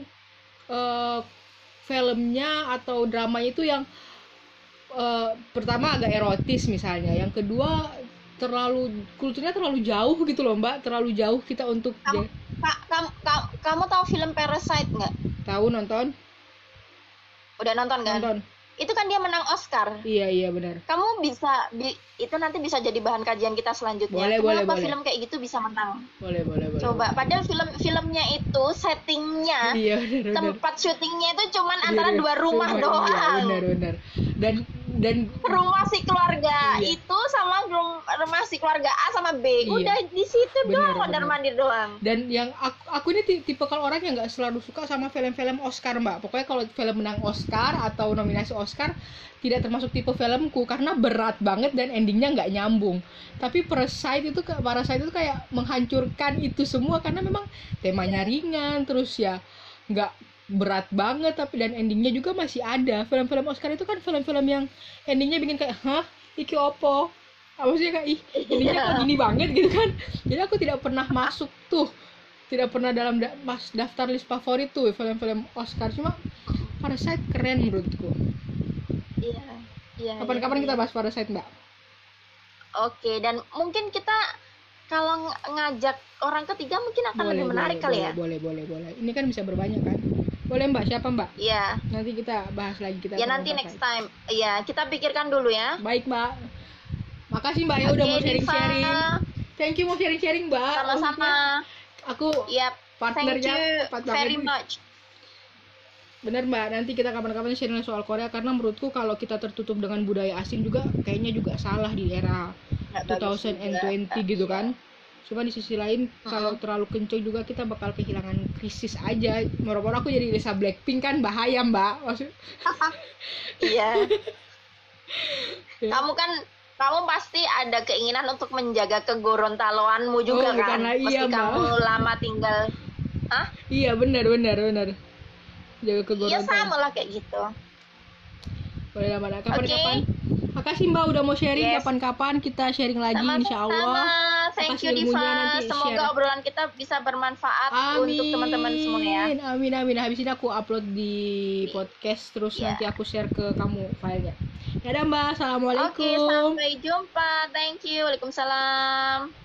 filmnya atau dramanya itu yang pertama agak erotis misalnya, yang kedua kulturnya terlalu jauh gitu loh Mbak, terlalu jauh kita untuk Kamu tahu film Parasite nggak? tahu. Nonton. Udah nonton kan? Nonton. Itu kan dia menang Oscar. Iya benar. Kamu bisa itu nanti bisa jadi bahan kajian kita selanjutnya. Kenapa film kayak gitu bisa menang? Boleh. Coba, padahal filmnya itu settingnya, tempat syutingnya itu cuman antara dua rumah doang. Iya, benar. Dan rumah si keluarga itu sama rumah si keluarga A sama B, udah di situ doang, mondar-mandir doang. Dan yang aku ini tipe kalau orang yang nggak selalu suka sama film-film Oscar Mbak. Pokoknya kalau film menang Oscar atau nominasi Oscar tidak termasuk tipe filmku karena berat banget dan endingnya nggak nyambung. Tapi Parasite itu kayak menghancurkan itu semua karena memang temanya ringan, terus ya nggak berat banget, tapi dan endingnya juga masih ada. Film-film Oscar itu kan film-film yang endingnya bikin kayak iki opo, apa sih kayak endingnya kok gini banget gitu kan. Jadi aku tidak pernah masuk tuh, tidak pernah dalam daftar list favorit tuh film-film Oscar. Cuma Parasite keren menurutku. Iya. Kapan-kapan kita bahas Parasite Mbak. Oke, dan mungkin kita kalau ngajak orang ketiga mungkin akan lebih menarik kali ya. Boleh. Ini kan bisa berbanyak kan. Boleh Mbak, siapa Mbak? Iya. Nanti kita bahas lagi Ya nanti next time. Iya, kita pikirkan dulu ya. Baik Mbak. Makasih Mbak ya udah mau sharing-sharing. Thank you mau sharing-sharing Mbak. Sama-sama. Aku partnernya. Thank you very much. Bener Mbak, nanti kita kapan-kapan sharing soal Korea karena menurutku kalau kita tertutup dengan budaya asing juga kayaknya juga salah di era 2020 gitu kan. Cuma di sisi lain kalau terlalu kenceng juga kita bakal kehilangan krisis aja. Moro-moro aku jadi Lisa Blackpink kan bahaya Mbak. Maksud. Iya. Kamu pasti ada keinginan untuk menjaga kegorontaloanmu juga kan. Meski kamu lama tinggal. Iya benar. Jaga kegorontalo. Iya sama lah kayak gitu. Boleh lah Mbak. Kapan-kapan. Makasih Mbak udah mau sharing. Kapan-kapan kita sharing lagi insya Allah. Thank you Diva. Semoga obrolan kita bisa bermanfaat untuk teman-teman semua ya. Amin. Habis ini aku upload di podcast terus nanti aku share ke kamu filenya. Dadah Mbak. Assalamualaikum. Oke, sampai jumpa. Thank you. Waalaikumsalam.